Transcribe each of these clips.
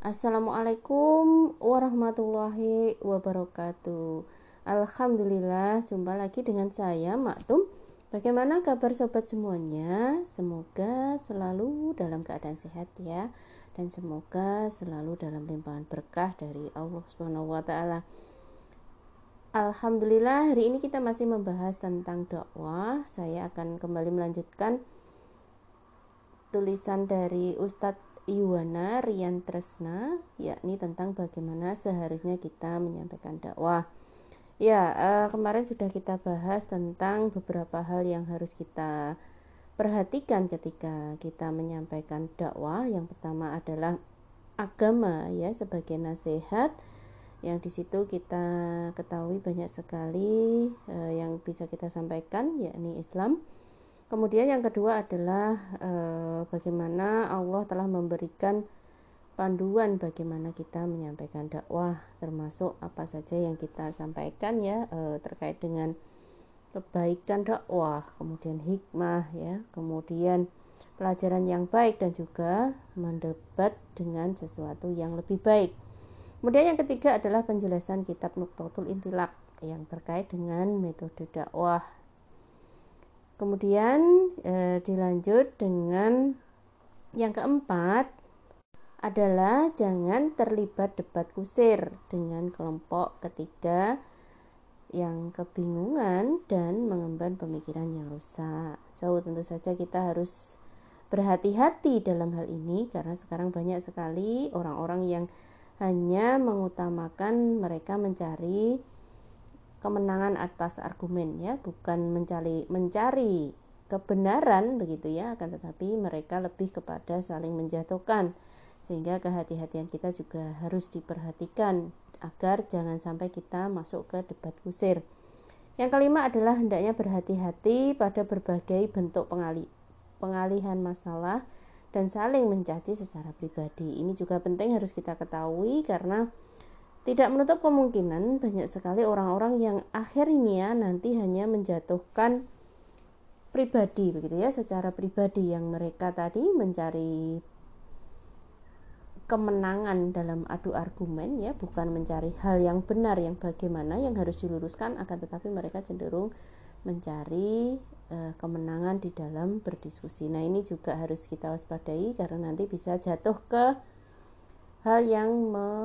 Assalamualaikum warahmatullahi wabarakatuh. Alhamdulillah, jumpa lagi dengan saya Maktum. Bagaimana kabar sobat semuanya? Semoga selalu dalam keadaan sehat ya, dan semoga selalu dalam limpahan berkah dari Allah Subhanahu wa taala. Alhamdulillah, hari ini kita masih membahas tentang dakwah. Saya akan kembali melanjutkan tulisan dari Ustadz Iwana Rian Tresna, yakni tentang bagaimana seharusnya kita menyampaikan dakwah. Kemarin sudah kita bahas tentang beberapa hal yang harus kita perhatikan ketika kita menyampaikan dakwah. Yang pertama adalah agama ya, sebagai nasihat, yang di situ kita ketahui banyak sekali yang bisa kita sampaikan, yakni Islam. Kemudian yang kedua adalah bagaimana Allah telah memberikan panduan bagaimana kita menyampaikan dakwah, termasuk apa saja yang kita sampaikan ya, terkait dengan kebaikan dakwah, kemudian hikmah ya, kemudian pelajaran yang baik dan juga mendebat dengan sesuatu yang lebih baik. Kemudian yang ketiga adalah penjelasan kitab Nuqtatul Intilaq yang terkait dengan metode dakwah. Kemudian dilanjut dengan yang keempat adalah jangan terlibat debat kusir dengan kelompok ketiga yang kebingungan dan mengemban pemikiran yang rusak. Tentu saja kita harus berhati-hati dalam hal ini, karena sekarang banyak sekali orang-orang yang hanya mengutamakan mereka mencari kemenangan atas argumen ya, bukan mencari kebenaran begitu ya, akan tetapi mereka lebih kepada saling menjatuhkan, sehingga kehati-hatian kita juga harus diperhatikan agar jangan sampai kita masuk ke debat kusir. Yang kelima adalah hendaknya berhati-hati pada berbagai bentuk pengalihan masalah dan saling mencaci secara pribadi. Ini juga penting harus kita ketahui, karena tidak menutup kemungkinan banyak sekali orang-orang yang akhirnya nanti hanya menjatuhkan pribadi begitu ya, secara pribadi, yang mereka tadi mencari kemenangan dalam adu argumen ya, bukan mencari hal yang benar, yang bagaimana yang harus diluruskan, akan tetapi mereka cenderung mencari kemenangan di dalam berdiskusi. Nah, ini juga harus kita waspadai, karena nanti bisa jatuh ke hal yang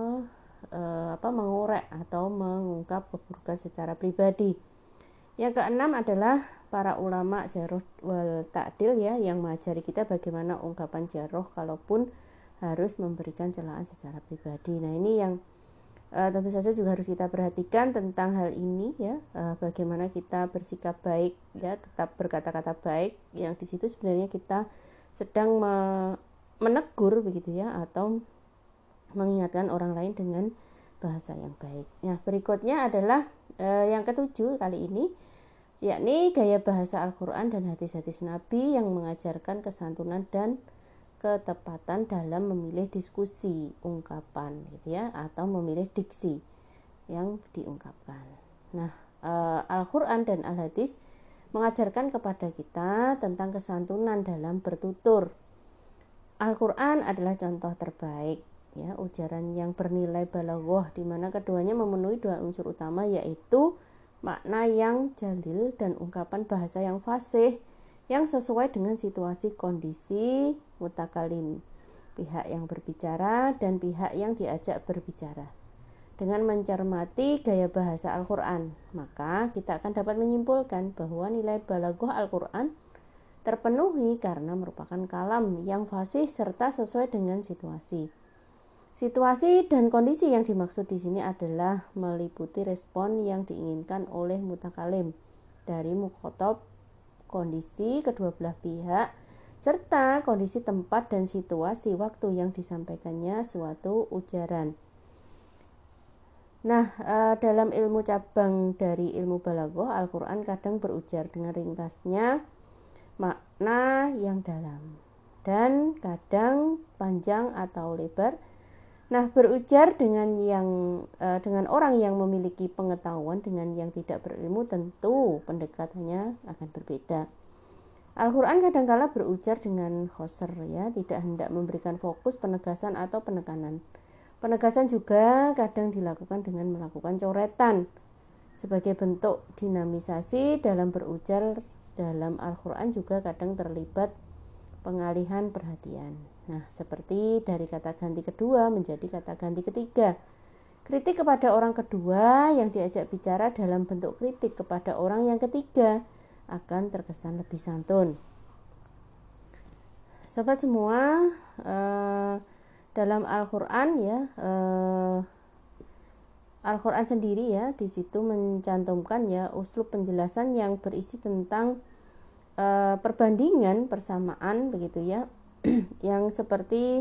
mengorek atau mengungkap keburukan secara pribadi. Yang keenam adalah para ulama jarh wal ta'dil ya, yang mengajari kita bagaimana ungkapan jarh kalaupun harus memberikan celaan secara pribadi. Nah, ini yang tentu saja juga harus kita perhatikan tentang hal ini ya, bagaimana kita bersikap baik ya, tetap berkata-kata baik, yang di situ sebenarnya kita sedang menegur begitu ya, atau mengingatkan orang lain dengan bahasa yang baik. Nah, berikutnya adalah yang ketujuh kali ini, yakni gaya bahasa Al-Quran dan hadis-hadis Nabi yang mengajarkan kesantunan dan ketepatan dalam memilih diskusi ungkapan gitu ya, atau memilih diksi yang diungkapkan. Nah, Al-Quran dan Al-Hadis mengajarkan kepada kita tentang kesantunan dalam bertutur. Al-Quran adalah contoh terbaik ya, ujaran yang bernilai balaghah, di mana keduanya memenuhi dua unsur utama, yaitu makna yang jalil dan ungkapan bahasa yang fasih yang sesuai dengan situasi kondisi mutakalim, pihak yang berbicara dan pihak yang diajak berbicara. Dengan mencermati gaya bahasa Al-Quran, maka kita akan dapat menyimpulkan bahwa nilai balaghah Al-Quran terpenuhi karena merupakan kalam yang fasih serta sesuai dengan situasi. Situasi dan kondisi yang dimaksud di sini adalah meliputi respon yang diinginkan oleh mutakalim dari mukhotob, kondisi kedua belah pihak, serta kondisi tempat dan situasi waktu yang disampaikannya suatu ujaran. Nah, dalam ilmu cabang dari ilmu balaghah, Al-Quran kadang berujar dengan ringkasnya makna yang dalam, dan kadang panjang atau lebar. Nah, berujar dengan orang yang memiliki pengetahuan dengan yang tidak berilmu, tentu pendekatannya akan berbeda. Al-Quran kadangkala berujar dengan khosr ya, tidak hendak memberikan fokus, penegasan atau penekanan. Penegasan juga kadang dilakukan dengan melakukan coretan sebagai bentuk dinamisasi dalam berujar. Dalam Al-Quran juga kadang terlibat pengalihan perhatian. Nah, seperti dari kata ganti kedua menjadi kata ganti ketiga. Kritik kepada orang kedua yang diajak bicara dalam bentuk kritik kepada orang yang ketiga akan terkesan lebih santun. Sobat semua, dalam Al-Quran ya, Al-Quran sendiri ya di situ mencantumkan ya uslub penjelasan yang berisi tentang perbandingan persamaan begitu ya, yang seperti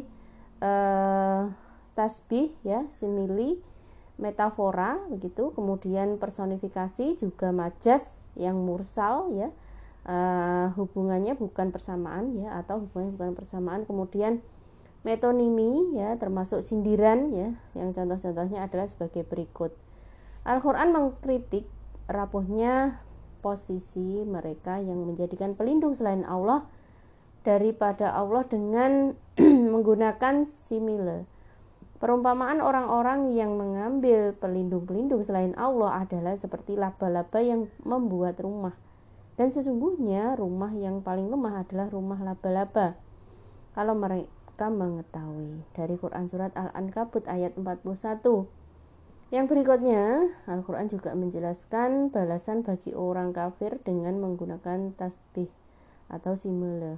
tasbih ya, simili, metafora begitu, kemudian personifikasi juga majas yang mursal ya, hubungannya bukan persamaan ya, atau hubungannya bukan persamaan, kemudian metonimi ya, termasuk sindiran ya, yang contoh-contohnya adalah sebagai berikut. Al-Quran mengkritik rapuhnya posisi mereka yang menjadikan pelindung selain Allah daripada Allah dengan menggunakan simile. Perumpamaan orang-orang yang mengambil pelindung-pelindung selain Allah adalah seperti laba-laba yang membuat rumah. Dan sesungguhnya rumah yang paling lemah adalah rumah laba-laba. Kalau mereka mengetahui. Dari Quran Surat Al-Ankabut ayat 41. Yang berikutnya, Al-Quran juga menjelaskan balasan bagi orang kafir dengan menggunakan tasbih atau simile,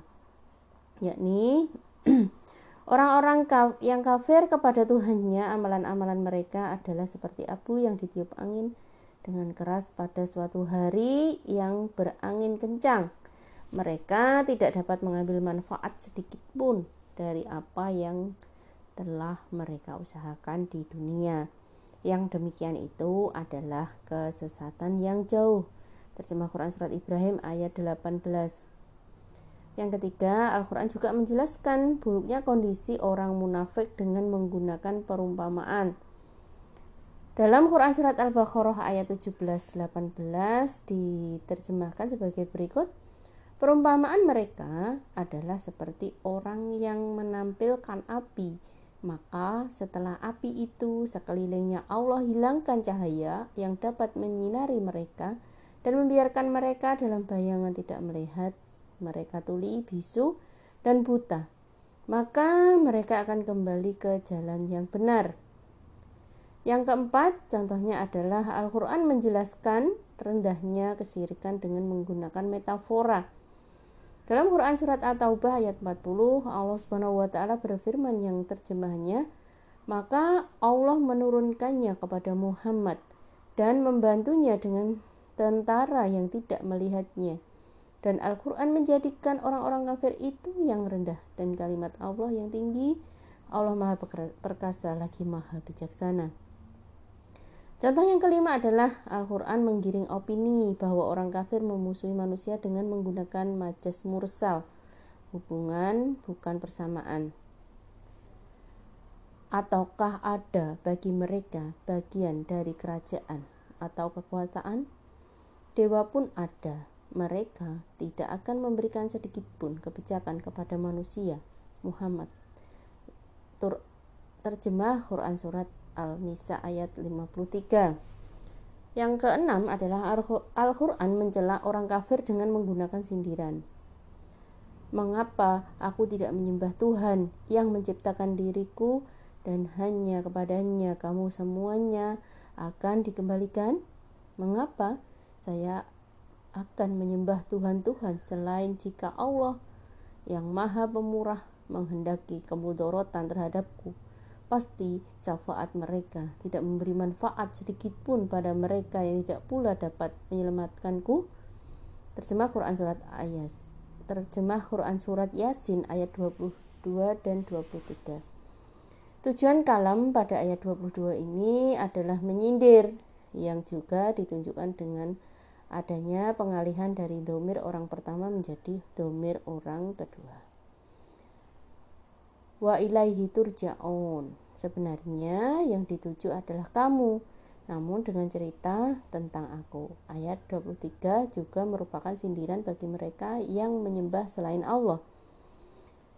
yakni orang-orang yang kafir kepada Tuhannya, amalan-amalan mereka adalah seperti abu yang ditiup angin dengan keras pada suatu hari yang berangin kencang. Mereka tidak dapat mengambil manfaat sedikit pun dari apa yang telah mereka usahakan di dunia. Yang demikian itu adalah kesesatan yang jauh. Terjemah Quran Surat Ibrahim ayat 18. Yang ketiga, Al-Quran juga menjelaskan buruknya kondisi orang munafik dengan menggunakan perumpamaan. Dalam Quran Surat Al-Baqarah ayat 17-18 diterjemahkan sebagai berikut. Perumpamaan mereka adalah seperti orang yang menampilkan api, maka setelah api itu sekelilingnya Allah hilangkan cahaya yang dapat menyinari mereka dan membiarkan mereka dalam bayangan tidak melihat. Mereka tuli, bisu, dan buta. Maka mereka akan kembali ke jalan yang benar. Yang keempat, contohnya adalah Al-Quran menjelaskan rendahnya kesyirikan dengan menggunakan metafora. Dalam Quran Surat At-Taubah ayat 40, Allah Subhanahu wa Ta'ala berfirman yang terjemahnya, maka Allah menurunkannya kepada Muhammad dan membantunya dengan tentara yang tidak melihatnya. Dan Al-Quran menjadikan orang-orang kafir itu yang rendah dan kalimat Allah yang tinggi. Allah Maha Perkasa lagi Maha Bijaksana. Contoh yang kelima adalah Al-Quran menggiring opini bahwa orang kafir memusuhi manusia dengan menggunakan majas mursal, hubungan bukan persamaan. Ataukah ada bagi mereka bagian dari kerajaan atau kekuasaan? Dewa pun ada, mereka tidak akan memberikan sedikit pun kebijakan kepada manusia. Muhammad. Terjemah Quran Surat Al-Nisa ayat 53. Yang keenam adalah Al-Quran mencela orang kafir dengan menggunakan sindiran. Mengapa aku tidak menyembah Tuhan yang menciptakan diriku dan hanya kepadanya kamu semuanya akan dikembalikan? Mengapa saya akan menyembah Tuhan-Tuhan selain jika Allah yang Maha Pemurah menghendaki kemudorotan terhadapku? Pasti syafaat mereka tidak memberi manfaat sedikit pun pada mereka yang tidak pula dapat menyelamatkanku. Terjemah Quran Surat Yasin ayat 22 dan 23. Tujuan kalam pada ayat 22 ini adalah menyindir, yang juga ditunjukkan dengan adanya pengalihan dari dhamir orang pertama menjadi dhamir orang kedua. Wa ilaihi turja'un. Sebenarnya yang dituju adalah kamu, namun dengan cerita tentang aku. Ayat 23 juga merupakan sindiran bagi mereka yang menyembah selain Allah.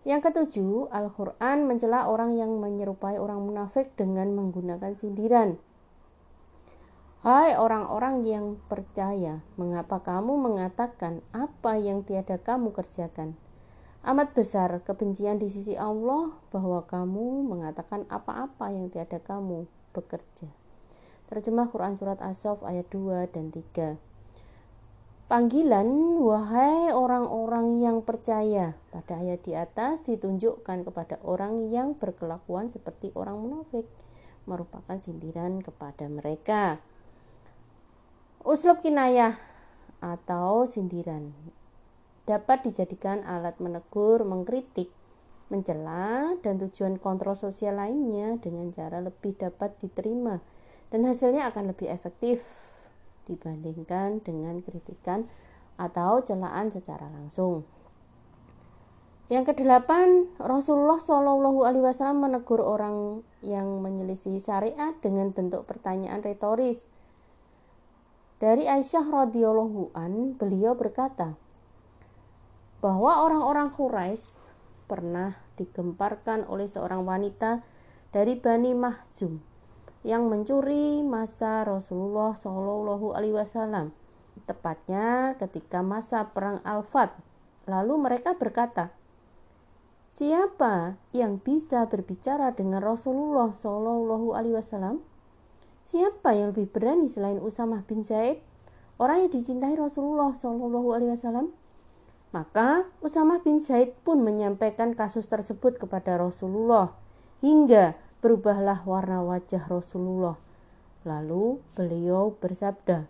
Yang ketujuh, Al-Quran mencela orang yang menyerupai orang munafik dengan menggunakan sindiran. Hai orang-orang yang percaya, mengapa kamu mengatakan apa yang tiada kamu kerjakan? Amat besar kebencian di sisi Allah bahwa kamu mengatakan apa-apa yang tiada kamu bekerja. Terjemah Quran Surat As-Saff ayat 2 dan 3. Panggilan, wahai orang-orang yang percaya, pada ayat di atas ditunjukkan kepada orang yang berkelakuan seperti orang munafik, merupakan sindiran kepada mereka. Uslub kinayah atau sindiran dapat dijadikan alat menegur, mengkritik, mencela, dan tujuan kontrol sosial lainnya dengan cara lebih dapat diterima dan hasilnya akan lebih efektif dibandingkan dengan kritikan atau celaan secara langsung. Yang kedelapan, Rasulullah SAW menegur orang yang menyelisih syariat dengan bentuk pertanyaan retoris. Dari Aisyah radhiyallahu an, beliau berkata bahwa orang-orang Quraisy pernah digemparkan oleh seorang wanita dari Bani Makhzum yang mencuri masa Rasulullah SAW, tepatnya ketika masa perang Al-Fath. Lalu mereka berkata, siapa yang bisa berbicara dengan Rasulullah SAW? Siapa yang lebih berani selain Usamah bin Zaid, orang yang dicintai Rasulullah SAW? Maka Usamah bin Zaid pun menyampaikan kasus tersebut kepada Rasulullah, hingga berubahlah warna wajah Rasulullah. Lalu beliau bersabda,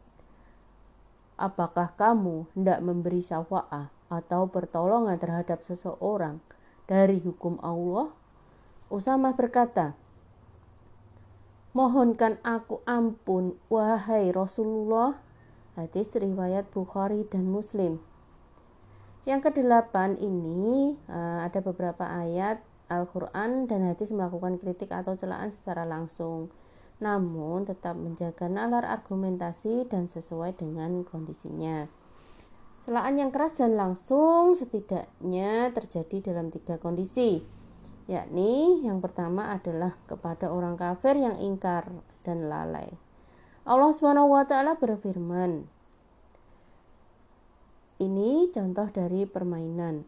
apakah kamu hendak memberi syafa'ah atau pertolongan terhadap seseorang dari hukum Allah? Usamah berkata, mohonkan aku ampun, wahai Rasulullah. Hadis riwayat Bukhari dan Muslim. Yang kedelapan ini ada beberapa ayat Al-Quran dan hadis melakukan kritik atau celaan secara langsung, namun tetap menjaga nalar argumentasi dan sesuai dengan kondisinya. Celaan yang keras dan langsung setidaknya terjadi dalam 3 kondisi, yakni yang pertama adalah kepada orang kafir yang ingkar dan lalai. Allah SWT berfirman, ini contoh dari permainan.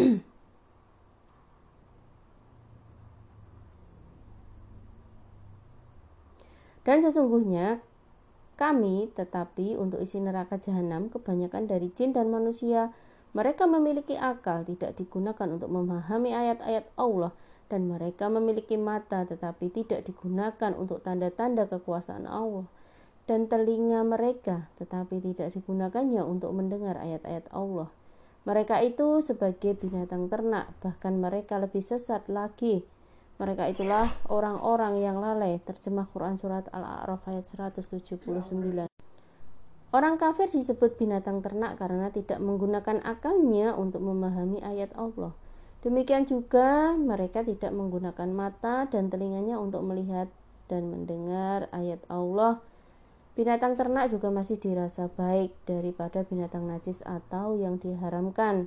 Dan sesungguhnya kami tetapi untuk isi neraka jahanam kebanyakan dari jin dan manusia, mereka memiliki akal tidak digunakan untuk memahami ayat-ayat Allah, dan mereka memiliki mata tetapi tidak digunakan untuk tanda-tanda kekuasaan Allah, dan telinga mereka tetapi tidak digunakannya untuk mendengar ayat-ayat Allah. Mereka itu sebagai binatang ternak, bahkan mereka lebih sesat lagi. Mereka itulah orang-orang yang lalai. Terjemah Quran Surat Al-A'raf ayat 179. Orang kafir disebut binatang ternak karena tidak menggunakan akalnya untuk memahami ayat Allah. Demikian juga mereka tidak menggunakan mata dan telinganya untuk melihat dan mendengar ayat Allah. Binatang ternak juga masih dirasa baik daripada binatang najis atau yang diharamkan.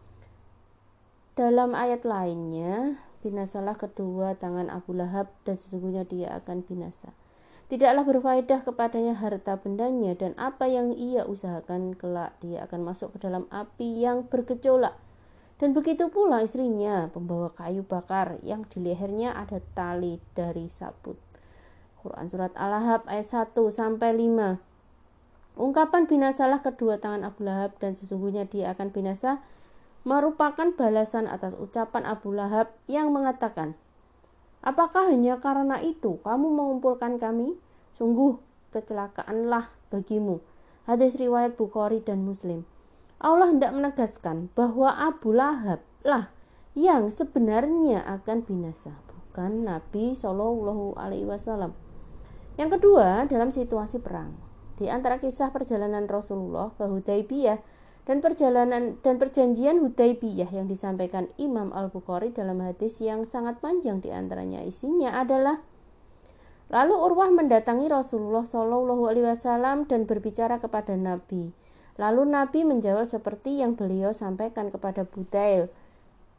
Dalam ayat lainnya, binasalah kedua tangan Abu Lahab dan sesungguhnya dia akan binasa. Tidaklah berfaedah kepadanya harta bendanya dan apa yang ia usahakan, kelak dia akan masuk ke dalam api yang bergejolak. Dan begitu pula istrinya, pembawa kayu bakar yang di lehernya ada tali dari sabut. Quran Surat Al-Lahab ayat 1-5. Ungkapan binasalah kedua tangan Abu Lahab dan sesungguhnya dia akan binasa merupakan balasan atas ucapan Abu Lahab yang mengatakan, apakah hanya karena itu kamu mengumpulkan kami? Sungguh kecelakaanlah bagimu. Hadis riwayat Bukhari dan Muslim. Allah hendak menegaskan bahwa Abu Lahab lah yang sebenarnya akan binasa, bukan Nabi Shallallahu Alaihi Wasallam. Yang kedua, dalam situasi perang. Di antara kisah perjalanan Rasulullah ke Hudaybiyah dan perjanjian Hudaybiyah yang disampaikan Imam Al-Bukhari dalam hadis yang sangat panjang, di antaranya isinya adalah, lalu Urwah mendatangi Rasulullah SAW dan berbicara kepada Nabi. Lalu Nabi menjawab seperti yang beliau sampaikan kepada Budail.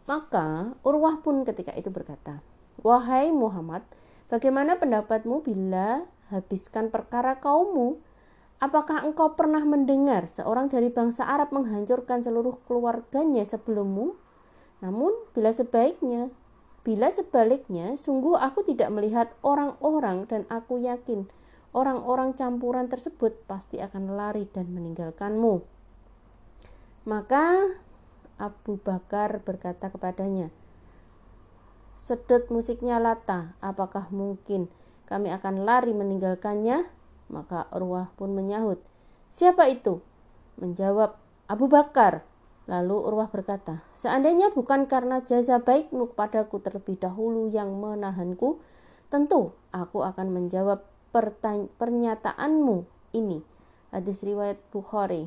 Maka Urwah pun ketika itu berkata, "Wahai Muhammad, bagaimana pendapatmu bila habiskan perkara kaummu? Apakah engkau pernah mendengar seorang dari bangsa Arab menghancurkan seluruh keluarganya sebelummu? Namun bila sebaliknya, sungguh aku tidak melihat orang-orang dan aku yakin orang-orang campuran tersebut pasti akan lari dan meninggalkanmu." Maka Abu Bakar berkata kepadanya, "Sedot musiknya Lata, apakah mungkin kami akan lari meninggalkannya?" Maka Urwah pun menyahut, "Siapa itu?" Menjawab, "Abu Bakar." Lalu Urwah berkata, "Seandainya bukan karena jasa baikmu kepadaku terlebih dahulu yang menahanku, tentu aku akan menjawab pernyataanmu ini." Hadis riwayat Bukhari.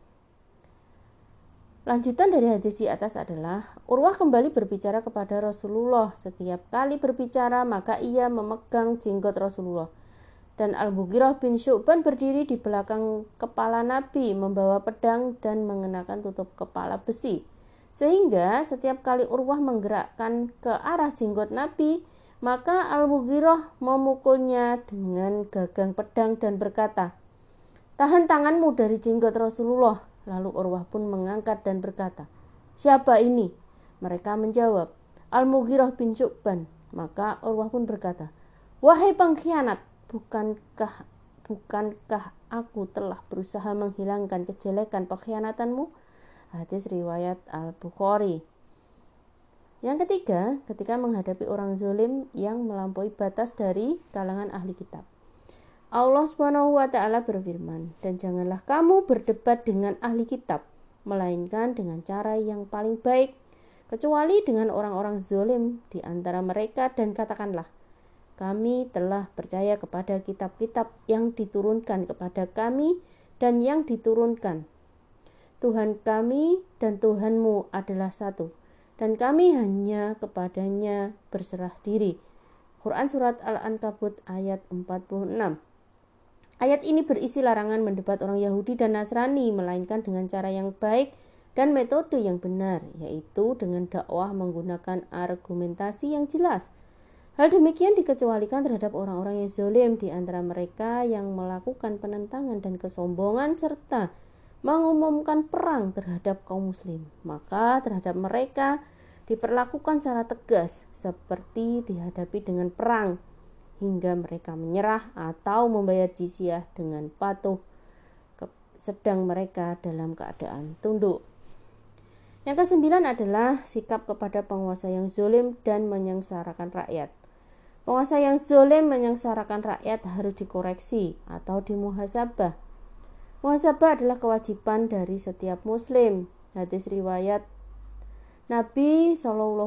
Lanjutan dari hadis di atas adalah Urwah kembali berbicara kepada Rasulullah. Setiap kali berbicara maka ia memegang jenggot Rasulullah. Dan Al-Mughirah bin Syu'ban berdiri di belakang kepala Nabi membawa pedang dan mengenakan tutup kepala besi. Sehingga setiap kali Urwah menggerakkan ke arah jenggot Nabi, maka Al-Mughirah memukulnya dengan gagang pedang dan berkata, "Tahan tanganmu dari jenggot Rasulullah." Lalu Urwah pun mengangkat dan berkata, "Siapa ini?" Mereka menjawab, "Al-Mughirah bin Syu'ban." Maka Urwah pun berkata, "Wahai pengkhianat, bukankah aku telah berusaha menghilangkan kejelekan pengkhianatanmu?" Hadis riwayat Al-Bukhari. Yang ketiga, ketika menghadapi orang zalim yang melampaui batas dari kalangan ahli kitab. Allah Subhanahu wa taala berfirman, "Dan janganlah kamu berdebat dengan ahli kitab, melainkan dengan cara yang paling baik, kecuali dengan orang-orang zalim di antara mereka, dan katakanlah, kami telah percaya kepada kitab-kitab yang diturunkan kepada kami dan yang diturunkan. Tuhan kami dan Tuhanmu adalah satu, dan kami hanya kepadanya berserah diri." Quran Surat Al-Ankabut ayat 46. Ayat ini berisi larangan mendebat orang Yahudi dan Nasrani, melainkan dengan cara yang baik dan metode yang benar, yaitu dengan dakwah menggunakan argumentasi yang jelas. Hal demikian dikecualikan terhadap orang-orang yang zalim di antara mereka yang melakukan penentangan dan kesombongan serta mengumumkan perang terhadap kaum muslim. Maka terhadap mereka diperlakukan secara tegas seperti dihadapi dengan perang, hingga mereka menyerah atau membayar jizyah dengan patuh, sedang mereka dalam keadaan tunduk. Yang kesembilan adalah sikap kepada penguasa yang zalim dan menyengsarakan rakyat. Penguasa yang zalim menyengsarakan rakyat harus dikoreksi atau dimuhasabah. Muhasabah adalah kewajiban dari setiap muslim. Hadis riwayat Nabi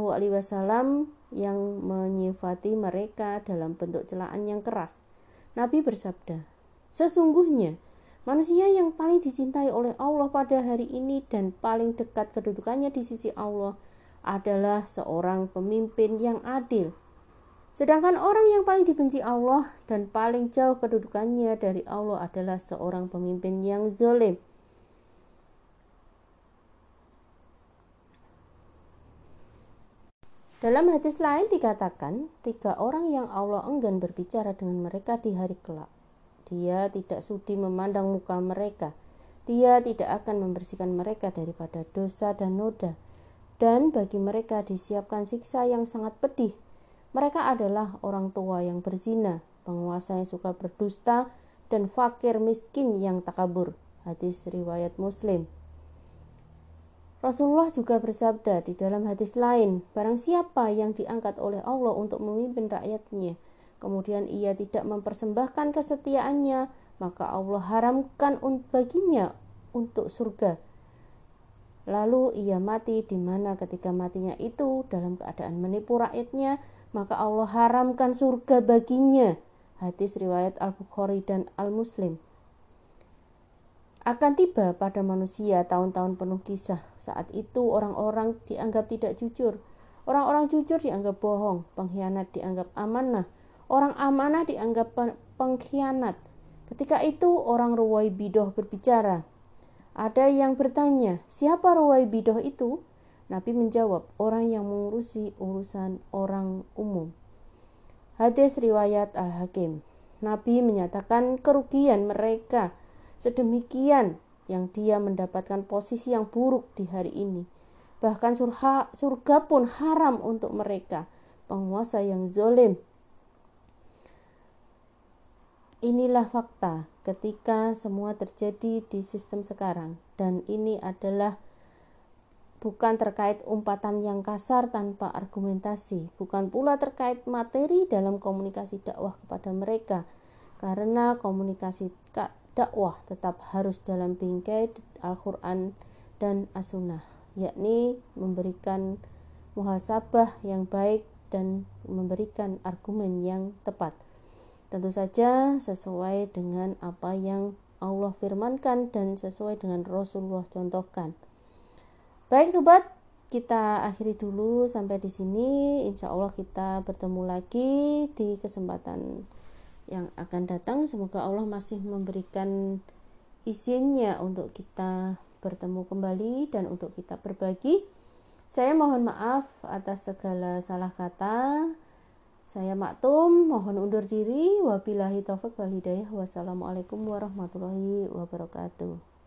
SAW yang menyifati mereka dalam bentuk celaan yang keras. Nabi bersabda, "Sesungguhnya manusia yang paling dicintai oleh Allah pada hari ini dan paling dekat kedudukannya di sisi Allah adalah seorang pemimpin yang adil. Sedangkan orang yang paling dibenci Allah dan paling jauh kedudukannya dari Allah adalah seorang pemimpin yang zalim." Dalam hadis lain dikatakan, 3 orang yang Allah enggan berbicara dengan mereka di hari kelak. Dia tidak sudi memandang muka mereka. Dia tidak akan membersihkan mereka daripada dosa dan noda. Dan bagi mereka disiapkan siksa yang sangat pedih. Mereka adalah orang tua yang berzina, penguasa yang suka berdusta, dan fakir miskin yang takabur. Hadis riwayat Muslim. Rasulullah juga bersabda di dalam hadis lain, "Barang siapa yang diangkat oleh Allah untuk memimpin rakyatnya, kemudian ia tidak mempersembahkan kesetiaannya, maka Allah haramkan baginya untuk surga. Lalu ia mati di mana ketika matinya itu dalam keadaan menipu rakyatnya, maka Allah haramkan surga baginya." Hadis riwayat Al-Bukhari dan Al-Muslim. Akan tiba pada manusia tahun-tahun penuh kisah. Saat itu orang-orang dianggap tidak jujur. Orang-orang jujur dianggap bohong. Pengkhianat dianggap amanah. Orang amanah dianggap pengkhianat. Ketika itu orang Ruwaibidah berbicara. Ada yang bertanya, "Siapa Ruwaibidah itu?" Nabi menjawab, orang yang mengurusi urusan orang umum. Hadis riwayat Al-Hakim. Nabi menyatakan kerugian mereka sedemikian yang dia mendapatkan posisi yang buruk di hari ini. Bahkan surga pun haram untuk mereka, penguasa yang zalim. Inilah fakta ketika semua terjadi di sistem sekarang, dan ini adalah bukan terkait umpatan yang kasar tanpa argumentasi, bukan pula terkait materi dalam komunikasi dakwah kepada mereka, karena komunikasi dakwah tetap harus dalam bingkai Al-Quran dan As-Sunnah, yakni memberikan muhasabah yang baik dan memberikan argumen yang tepat. Tentu saja sesuai dengan apa yang Allah firmankan dan sesuai dengan Rasulullah contohkan. Baik sobat, kita akhiri dulu sampai di sini. Insya Allah kita bertemu lagi di kesempatan yang akan datang. Semoga Allah masih memberikan izinnya untuk kita bertemu kembali dan untuk kita berbagi. Saya mohon maaf atas segala salah kata. Saya Maktum, mohon undur diri. Wabillahi taufiq wal hidayah. Wassalamualaikum warahmatullahi wabarakatuh.